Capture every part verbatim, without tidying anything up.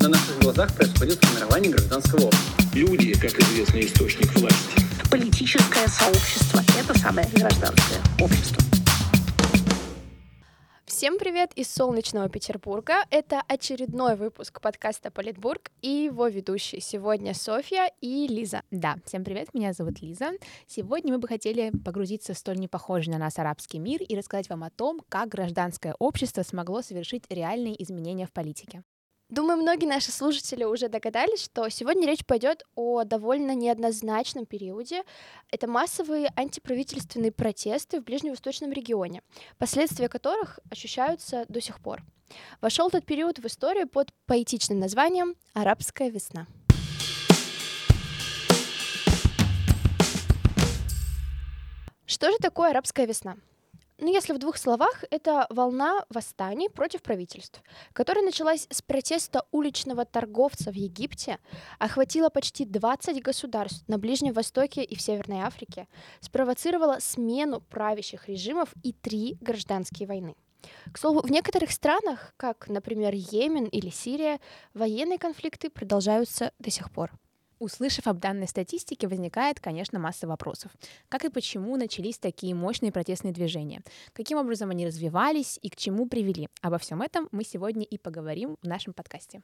На наших глазах происходит формирование гражданского общества. Люди, как известный источник власти. Политическое сообщество – это самое гражданское общество. Всем привет из солнечного Петербурга. Это очередной выпуск подкаста «Политбург» и его ведущие сегодня Софья и Лиза. Да, всем привет, меня зовут Лиза. Сегодня мы бы хотели погрузиться в столь непохожий на нас арабский мир и рассказать вам о том, как гражданское общество смогло совершить реальные изменения в политике. Думаю, многие наши слушатели уже догадались, что сегодня речь пойдет о довольно неоднозначном периоде. Это массовые антиправительственные протесты в ближневосточном регионе, последствия которых ощущаются до сих пор. Вошел этот период в историю под поэтичным названием «Арабская весна». Что же такое арабская весна? Ну, если в двух словах, это волна восстаний против правительств, которая началась с протеста уличного торговца в Египте, охватила почти двадцать государств на Ближнем Востоке и в Северной Африке, спровоцировала смену правящих режимов и три гражданские войны. К слову, в некоторых странах, как, например, Йемен или Сирия, военные конфликты продолжаются до сих пор. Услышав об данной статистике, возникает, конечно, масса вопросов. Как и почему начались такие мощные протестные движения? Каким образом они развивались и к чему привели? Обо всем этом мы сегодня и поговорим в нашем подкасте.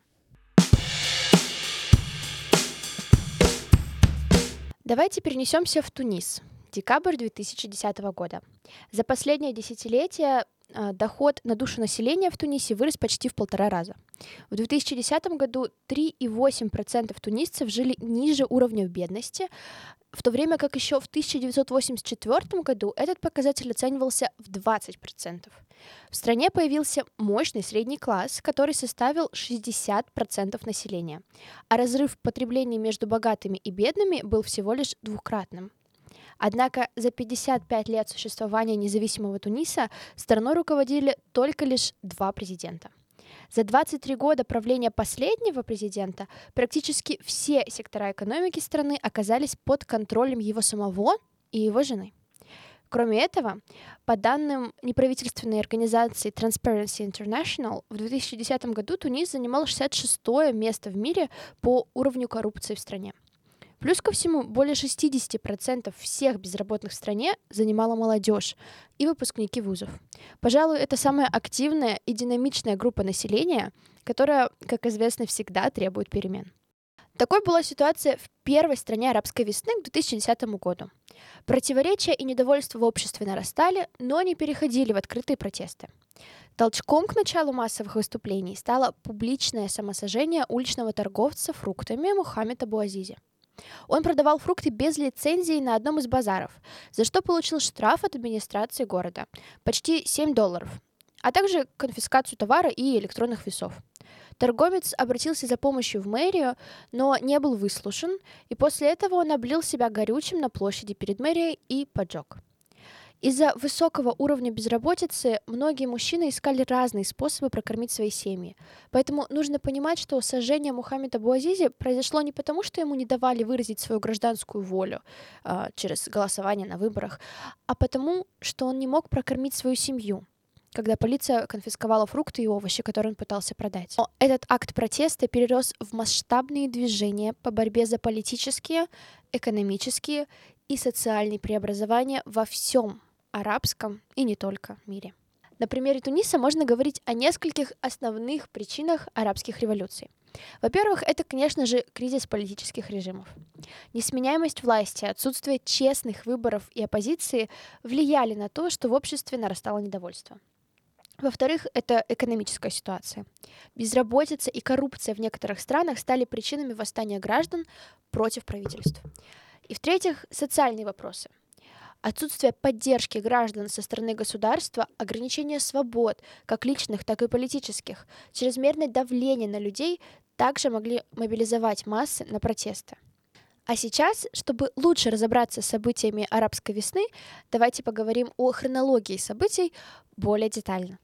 Давайте перенесемся в Тунис. Декабрь две тысячи десятого года. За последнее десятилетие доход на душу населения в Тунисе вырос почти в полтора раза. В две тысячи десятом году три целых восемь десятых процента тунисцев жили ниже уровня бедности, в то время как еще в тысяча девятьсот восемьдесят четвёртом году этот показатель оценивался в двадцать процентов. В стране появился мощный средний класс, который составил шестьдесят процентов населения, а разрыв потребления между богатыми и бедными был всего лишь двукратным. Однако за пятьдесят пять лет существования независимого Туниса страной руководили только лишь два президента. За двадцать три года правления последнего президента практически все сектора экономики страны оказались под контролем его самого и его жены. Кроме этого, по данным неправительственной организации Transparency International, в две тысячи десятом году Тунис занимал шестьдесят шестое место в мире по уровню коррупции в стране. Плюс ко всему, более шестьдесят процентов всех безработных в стране занимала молодежь и выпускники вузов. Пожалуй, это самая активная и динамичная группа населения, которая, как известно, всегда требует перемен. Такой была ситуация в первой стране арабской весны к две тысячи десятому году. Противоречия и недовольство в обществе нарастали, но не переходили в открытые протесты. Толчком к началу массовых выступлений стало публичное самосожжение уличного торговца фруктами Мухаммед Абу-Азизи. Он продавал фрукты без лицензии на одном из базаров, за что получил штраф от администрации города – почти семь долларов, а также конфискацию товара и электронных весов. Торговец обратился за помощью в мэрию, но не был выслушан, и после этого он облил себя горючим на площади перед мэрией и поджег. Из-за высокого уровня безработицы многие мужчины искали разные способы прокормить свои семьи. Поэтому нужно понимать, что сожжение Мухаммеда Абу-Азизи произошло не потому, что ему не давали выразить свою гражданскую волю э, через голосование на выборах, а потому, что он не мог прокормить свою семью, когда полиция конфисковала фрукты и овощи, которые он пытался продать. Но этот акт протеста перерос в масштабные движения по борьбе за политические, экономические и социальные преобразования во всем арабском и не только мире. На примере Туниса можно говорить о нескольких основных причинах арабских революций. Во-первых, это, конечно же, кризис политических режимов. Несменяемость власти, отсутствие честных выборов и оппозиции влияли на то, что в обществе нарастало недовольство. Во-вторых, это экономическая ситуация. Безработица и коррупция в некоторых странах стали причинами восстания граждан против правительств. И в-третьих, социальные вопросы. Отсутствие поддержки граждан со стороны государства, ограничение свобод, как личных, так и политических, чрезмерное давление на людей также могли мобилизовать массы на протесты. А сейчас, чтобы лучше разобраться с событиями арабской весны, давайте поговорим о хронологии событий более детально.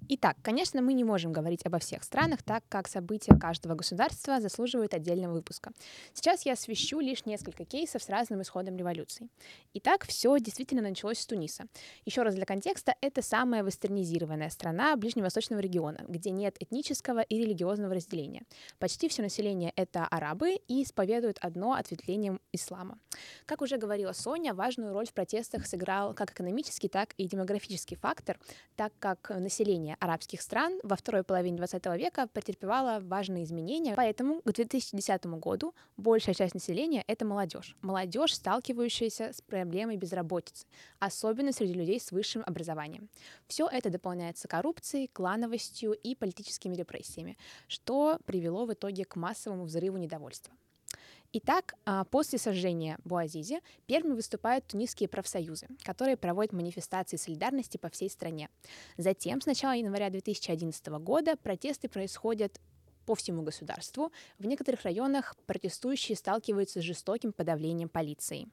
Итак, конечно, мы не можем говорить обо всех странах, так как события каждого государства заслуживают отдельного выпуска. Сейчас я освещу лишь несколько кейсов с разным исходом революций. Итак, все действительно началось с Туниса. Еще раз для контекста, это самая вестернизированная страна ближневосточного региона, где нет этнического и религиозного разделения. Почти все население — это арабы и исповедуют одно ответвление ислама. Как уже говорила Соня, важную роль в протестах сыграл как экономический, так и демографический фактор, так как население арабских стран во второй половине двадцатого века претерпевало важные изменения, поэтому к две тысячи десятому году большая часть населения — это молодежь. Молодежь, сталкивающаяся с проблемой безработицы, особенно среди людей с высшим образованием. Все это дополняется коррупцией, клановостью и политическими репрессиями, что привело в итоге к массовому взрыву недовольства. Итак, после сожжения Буазизи первыми выступают тунисские профсоюзы, которые проводят манифестации солидарности по всей стране. Затем, с начала января две тысячи одиннадцатого года, протесты происходят по всему государству. В некоторых районах протестующие сталкиваются с жестоким подавлением полицией.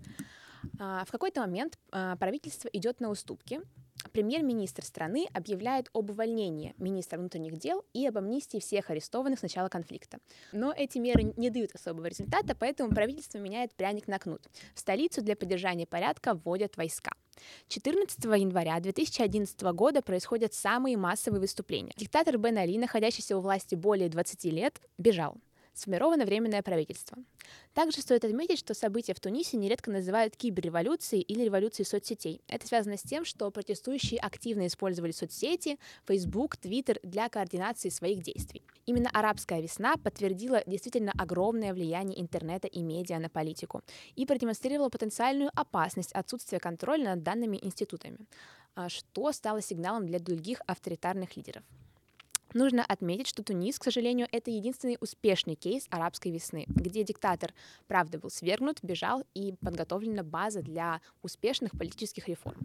В какой-то момент правительство идет на уступки. Премьер-министр страны объявляет об увольнении министра внутренних дел и об амнистии всех арестованных с начала конфликта. Но эти меры не дают особого результата, поэтому правительство меняет пряник на кнут. В столицу для поддержания порядка вводят войска. четырнадцатого января две тысячи одиннадцатого года происходят самые массовые выступления. Диктатор Бен Али, находящийся у власти более двадцати лет, бежал. Сформировано временное правительство. Также стоит отметить, что события в Тунисе нередко называют киберреволюцией или революцией соцсетей. Это связано с тем, что протестующие активно использовали соцсети, Facebook, Twitter для координации своих действий. Именно арабская весна подтвердила действительно огромное влияние интернета и медиа на политику и продемонстрировала потенциальную опасность отсутствия контроля над данными институтами, что стало сигналом для других авторитарных лидеров. Нужно отметить, что Тунис, к сожалению, это единственный успешный кейс арабской весны, где диктатор, правда, был свергнут, бежал и подготовлена база для успешных политических реформ.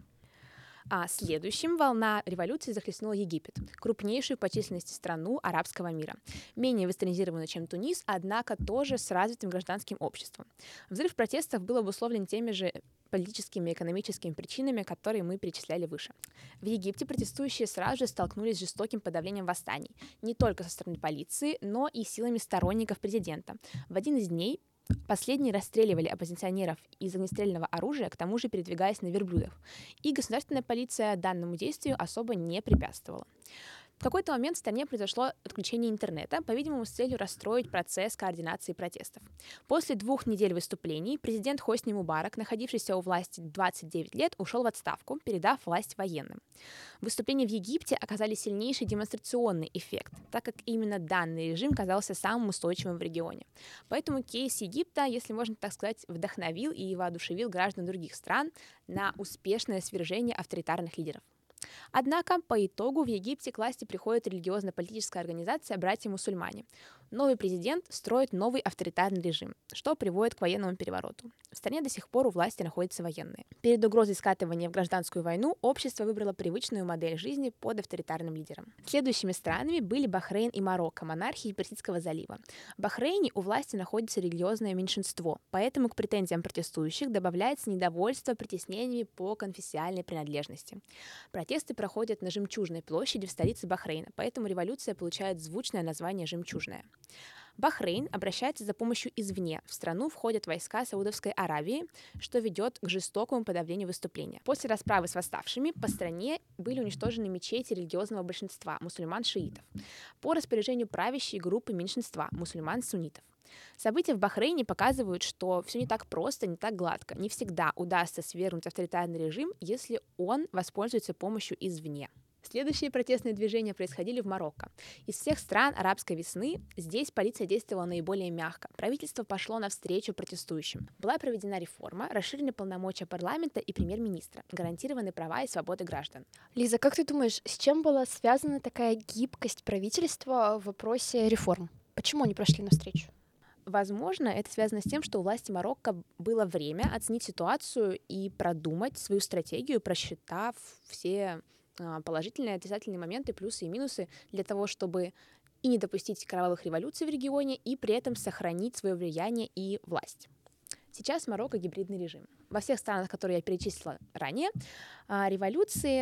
А следующим волна революции захлестнула Египет, крупнейшую по численности страну арабского мира. Менее вестернизированную, чем Тунис, однако тоже с развитым гражданским обществом. Взрыв протестов был обусловлен теми же политическими и экономическими причинами, которые мы перечисляли выше. В Египте протестующие сразу же столкнулись с жестоким подавлением восстаний, не только со стороны полиции, но и силами сторонников президента. В один из дней последние расстреливали оппозиционеров из огнестрельного оружия, к тому же передвигаясь на верблюдах, и государственная полиция данному действию особо не препятствовала. В какой-то момент в стране произошло отключение интернета, по-видимому, с целью расстроить процесс координации протестов. После двух недель выступлений президент Хосни Мубарак, находившийся у власти двадцать девять лет, ушел в отставку, передав власть военным. Выступления в Египте оказали сильнейший демонстрационный эффект, так как именно данный режим казался самым устойчивым в регионе. Поэтому кейс Египта, если можно так сказать, вдохновил и воодушевил граждан других стран на успешное свержение авторитарных лидеров. Однако, по итогу в Египте к власти приходит религиозно-политическая организация «Братья-мусульмане». Новый президент строит новый авторитарный режим, что приводит к военному перевороту. В стране до сих пор у власти находятся военные. Перед угрозой скатывания в гражданскую войну общество выбрало привычную модель жизни под авторитарным лидером. Следующими странами были Бахрейн и Марокко, монархии Персидского залива. В Бахрейне у власти находится религиозное меньшинство, поэтому к претензиям протестующих добавляется недовольство притеснениями по конфессиональной принадлежности. Протесты проходят на Жемчужной площади в столице Бахрейна, поэтому революция получает звучное название «Жемчужная». Бахрейн обращается за помощью извне. В страну входят войска Саудовской Аравии, что ведет к жестокому подавлению выступления. После расправы с восставшими по стране были уничтожены мечети религиозного большинства мусульман-шиитов по распоряжению правящей группы меньшинства мусульман-суннитов. События в Бахрейне показывают, что все не так просто, не так гладко. Не всегда удастся свергнуть авторитарный режим, если он воспользуется помощью извне. Следующие протестные движения происходили в Марокко. Из всех стран арабской весны здесь полиция действовала наиболее мягко. Правительство пошло навстречу протестующим. Была проведена реформа, расширены полномочия парламента и премьер-министра, гарантированы права и свободы граждан. Лиза, как ты думаешь, с чем была связана такая гибкость правительства в вопросе реформ? Почему они прошли навстречу? Возможно, это связано с тем, что у власти Марокко было время оценить ситуацию и продумать свою стратегию, просчитав все положительные и отрицательные моменты, плюсы и минусы для того, чтобы и не допустить кровавых революций в регионе, и при этом сохранить свое влияние и власть. Сейчас Марокко — гибридный режим. Во всех странах, которые я перечислила ранее, революции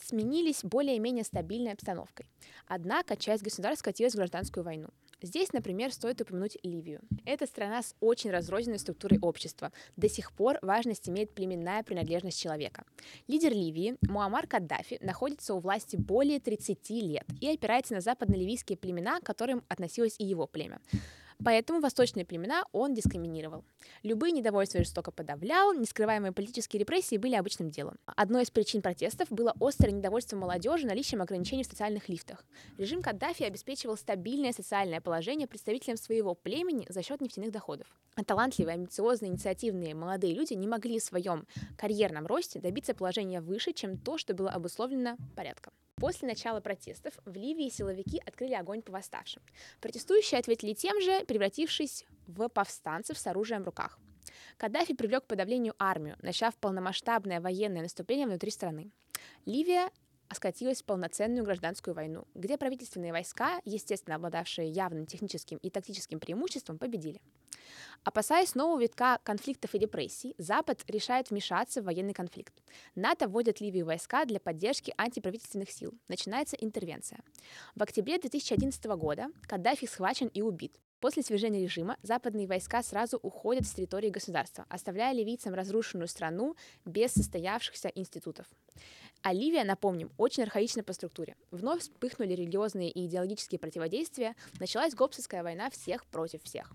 сменились более-менее стабильной обстановкой. Однако часть государств скатилась в гражданскую войну. Здесь, например, стоит упомянуть Ливию. Это страна с очень разрозненной структурой общества. До сих пор важность имеет племенная принадлежность человека. Лидер Ливии Муаммар Каддафи находится у власти более тридцати лет и опирается на западно-ливийские племена, к которым относилось и его племя. Поэтому восточные племена он дискриминировал. Любые недовольства жестоко подавлял, нескрываемые политические репрессии были обычным делом. Одной из причин протестов было острое недовольство молодежи наличием ограничений в социальных лифтах. Режим Каддафи обеспечивал стабильное социальное положение представителям своего племени за счет нефтяных доходов. А талантливые, амбициозные, инициативные молодые люди не могли в своем карьерном росте добиться положения выше, чем то, что было обусловлено порядком. После начала протестов в Ливии силовики открыли огонь по восставшим. Протестующие ответили тем же, превратившись в повстанцев с оружием в руках. Каддафи привлек к подавлению армию, начав полномасштабное военное наступление внутри страны. Ливия скатилась в полноценную гражданскую войну, где правительственные войска, естественно обладавшие явным техническим и тактическим преимуществом, победили. Опасаясь нового витка конфликтов и репрессий, Запад решает вмешаться в военный конфликт. НАТО вводит в Ливию войска для поддержки антиправительственных сил. Начинается интервенция. В октябре две тысячи одиннадцатого года Каддафи схвачен и убит. После свержения режима западные войска сразу уходят с территории государства, оставляя ливийцам разрушенную страну без состоявшихся институтов. А Ливия, напомним, очень архаична по структуре. Вновь вспыхнули религиозные и идеологические противодействия, началась гопсовская война всех против всех.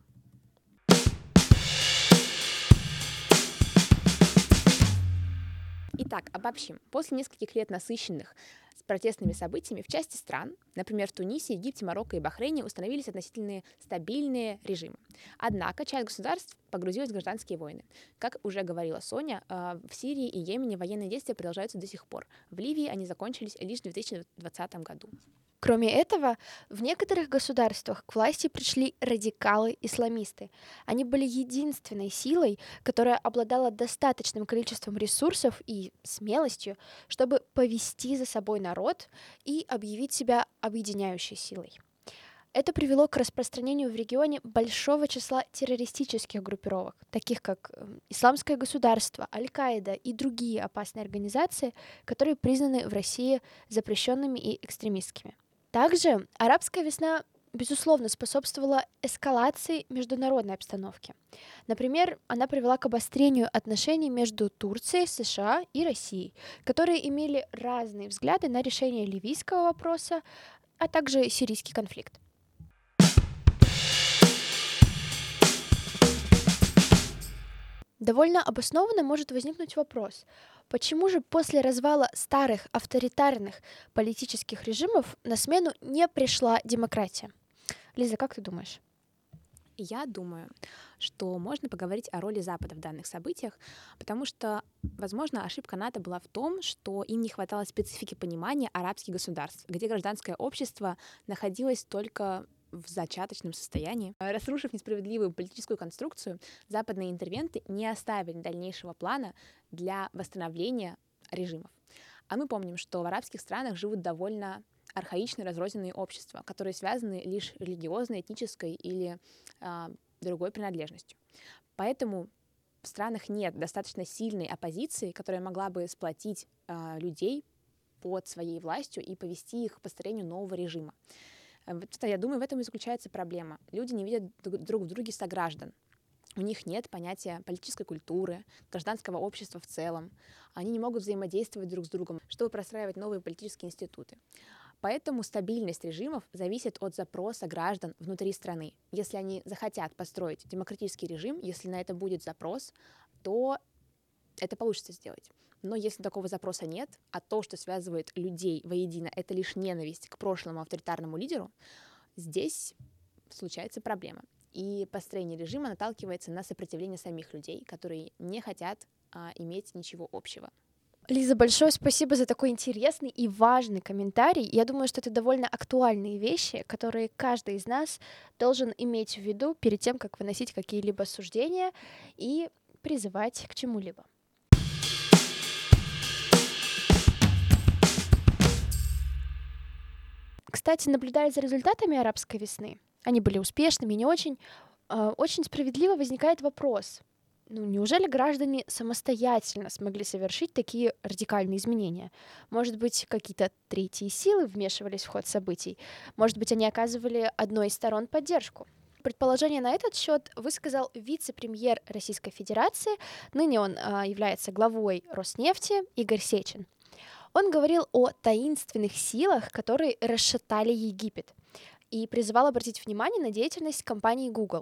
Итак, обобщим. После нескольких лет насыщенных с протестными событиями в части стран, например, в Тунисе, Египте, Марокко и Бахрейне, установились относительно стабильные режимы. Однако часть государств погрузилась в гражданские войны. Как уже говорила Соня, в Сирии и Йемене военные действия продолжаются до сих пор. В Ливии они закончились лишь в две тысячи двадцатом году. Кроме этого, в некоторых государствах к власти пришли радикалы-исламисты. Они были единственной силой, которая обладала достаточным количеством ресурсов и смелостью, чтобы повести за собой народ и объявить себя объединяющей силой. Это привело к распространению в регионе большого числа террористических группировок, таких как Исламское государство, Аль-Каида и другие опасные организации, которые признаны в России запрещенными и экстремистскими. Также арабская весна, безусловно, способствовала эскалации международной обстановки. Например, она привела к обострению отношений между Турцией, США и Россией, которые имели разные взгляды на решение ливийского вопроса, а также сирийский конфликт. Довольно обоснованно может возникнуть вопрос, почему же после развала старых авторитарных политических режимов на смену не пришла демократия? Лиза, как ты думаешь? Я думаю, что можно поговорить о роли Запада в данных событиях, потому что, возможно, ошибка НАТО была в том, что им не хватало специфики понимания арабских государств, где гражданское общество находилось только в зачаточном состоянии. Разрушив несправедливую политическую конструкцию, западные интервенты не оставили дальнейшего плана для восстановления режимов. А мы помним, что в арабских странах живут довольно архаичные разрозненные общества, которые связаны лишь религиозной, этнической или а, другой принадлежностью. Поэтому в странах нет достаточно сильной оппозиции, которая могла бы сплотить а, людей под своей властью и повести их к построению нового режима. Я думаю, в этом и заключается проблема. Люди не видят друг в друге сограждан. У них нет понятия политической культуры, гражданского общества в целом. Они не могут взаимодействовать друг с другом, чтобы простраивать новые политические институты. Поэтому стабильность режимов зависит от запроса граждан внутри страны. Если они захотят построить демократический режим, если на это будет запрос, то это получится сделать. Но если такого запроса нет, а то, что связывает людей воедино, это лишь ненависть к прошлому авторитарному лидеру, здесь случается проблема. И построение режима наталкивается на сопротивление самих людей, которые не хотят а, иметь ничего общего. Лиза, большое спасибо за такой интересный и важный комментарий. Я думаю, что это довольно актуальные вещи, которые каждый из нас должен иметь в виду перед тем, как выносить какие-либо суждения и призывать к чему-либо. Кстати, наблюдая за результатами арабской весны, они были успешными, не очень, очень справедливо возникает вопрос, Ну, неужели граждане самостоятельно смогли совершить такие радикальные изменения? Может быть, какие-то третьи силы вмешивались в ход событий? Может быть, они оказывали одной из сторон поддержку? Предположение на этот счет высказал вице-премьер Российской Федерации, ныне он а, является главой Роснефти, Игорь Сечин. Он говорил о таинственных силах, которые расшатали Египет, и призывал обратить внимание на деятельность компании Google.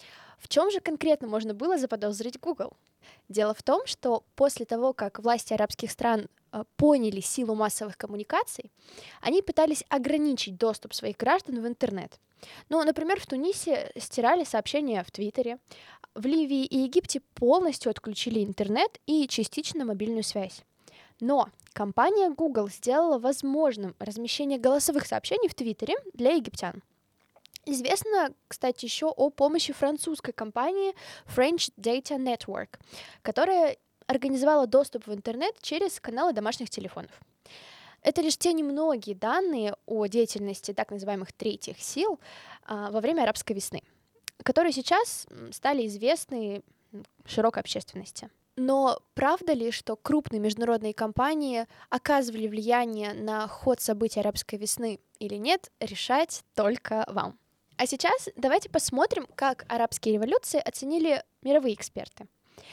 В чем же конкретно можно было заподозрить Google? Дело в том, что после того, как власти арабских стран э, поняли силу массовых коммуникаций, они пытались ограничить доступ своих граждан в интернет. Ну, например, в Тунисе стирали сообщения в Твиттере, в Ливии и Египте полностью отключили интернет и частично мобильную связь. Но компания Google сделала возможным размещение голосовых сообщений в Твиттере для египтян. Известно, кстати, еще о помощи французской компании French Data Network, которая организовала доступ в интернет через каналы домашних телефонов. Это лишь те немногие данные о деятельности так называемых третьих сил а, во время арабской весны, которые сейчас стали известны широкой общественности. Но правда ли, что крупные международные компании оказывали влияние на ход событий арабской весны или нет, решать только вам. А сейчас давайте посмотрим, как арабские революции оценили мировые эксперты.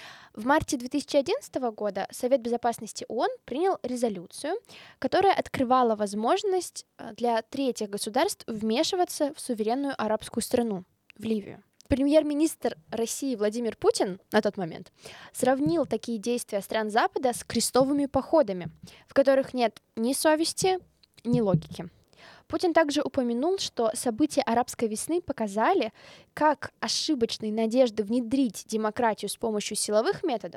В марте две тысячи одиннадцатого года Совет безопасности ООН принял резолюцию, которая открывала возможность для третьих государств вмешиваться в суверенную арабскую страну, в Ливию. Премьер-министр России Владимир Путин на тот момент сравнил такие действия стран Запада с крестовыми походами, в которых нет ни совести, ни логики. Путин также упомянул, что события арабской весны показали, как ошибочные надежды внедрить демократию с помощью силовых методов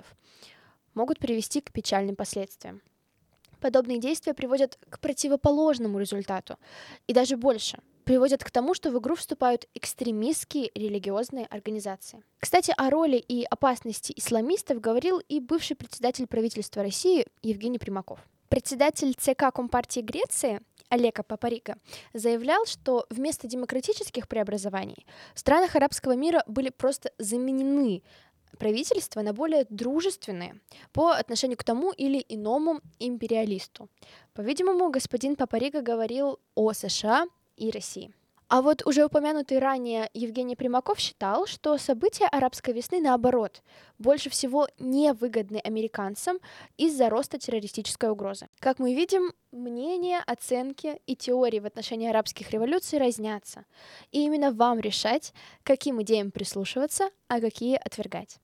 могут привести к печальным последствиям. Подобные действия приводят к противоположному результату, и даже больше, приводят к тому, что в игру вступают экстремистские религиозные организации. Кстати, о роли и опасности исламистов говорил и бывший председатель правительства России Евгений Примаков. Председатель ЦК Компартии Греции Алеко Папарико заявлял, что вместо демократических преобразований в странах арабского мира были просто заменены правительства на более дружественные по отношению к тому или иному империалисту. По-видимому, господин Папарико говорил о США и России. А вот уже упомянутый ранее Евгений Примаков считал, что события арабской весны, наоборот, больше всего невыгодны американцам из-за роста террористической угрозы. Как мы видим, мнения, оценки и теории в отношении арабских революций разнятся. И именно вам решать, к каким идеям прислушиваться, а какие отвергать.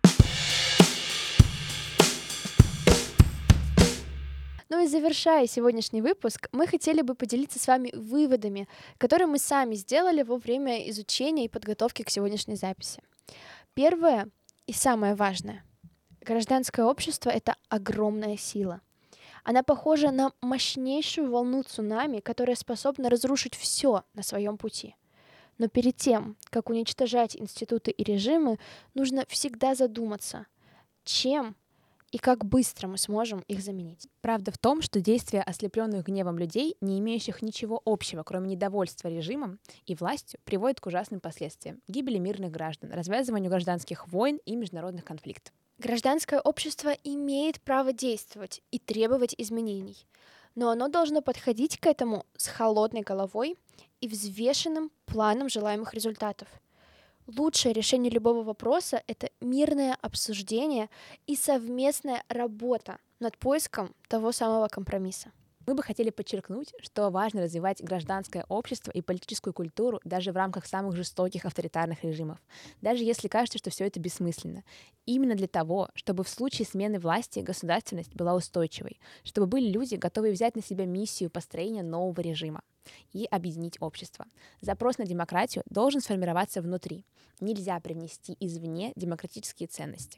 Ну и завершая сегодняшний выпуск, мы хотели бы поделиться с вами выводами, которые мы сами сделали во время изучения и подготовки к сегодняшней записи. Первое и самое важное. Гражданское общество — это огромная сила. Она похожа на мощнейшую волну цунами, которая способна разрушить все на своем пути. Но перед тем, как уничтожать институты и режимы, нужно всегда задуматься, чем и как быстро мы сможем их заменить. Правда в том, что действия ослепленных гневом людей, не имеющих ничего общего, кроме недовольства режимом и властью, приводят к ужасным последствиям — гибели мирных граждан, развязыванию гражданских войн и международных конфликтов. Гражданское общество имеет право действовать и требовать изменений, но оно должно подходить к этому с холодной головой и взвешенным планом желаемых результатов. Лучшее решение любого вопроса — это мирное обсуждение и совместная работа над поиском того самого компромисса. Мы бы хотели подчеркнуть, что важно развивать гражданское общество и политическую культуру даже в рамках самых жестоких авторитарных режимов, даже если кажется, что все это бессмысленно. Именно для того, чтобы в случае смены власти государственность была устойчивой, чтобы были люди, готовые взять на себя миссию построения нового режима и объединить общество. Запрос на демократию должен сформироваться внутри. Нельзя привнести извне демократические ценности.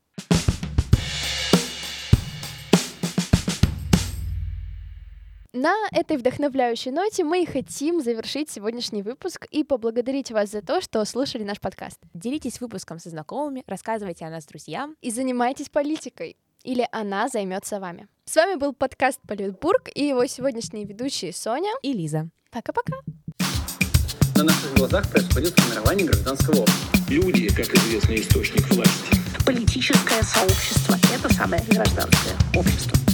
На этой вдохновляющей ноте мы и хотим завершить сегодняшний выпуск и поблагодарить вас за то, что слушали наш подкаст. Делитесь выпуском со знакомыми, рассказывайте о нас друзьям и занимайтесь политикой, или она займется вами. С вами был подкаст «Политбург» и его сегодняшние ведущие Соня и Лиза. Пока-пока. На наших глазах происходит формирование гражданского общества. Люди, как известный источник власти. Политическое сообщество — это самое гражданское общество.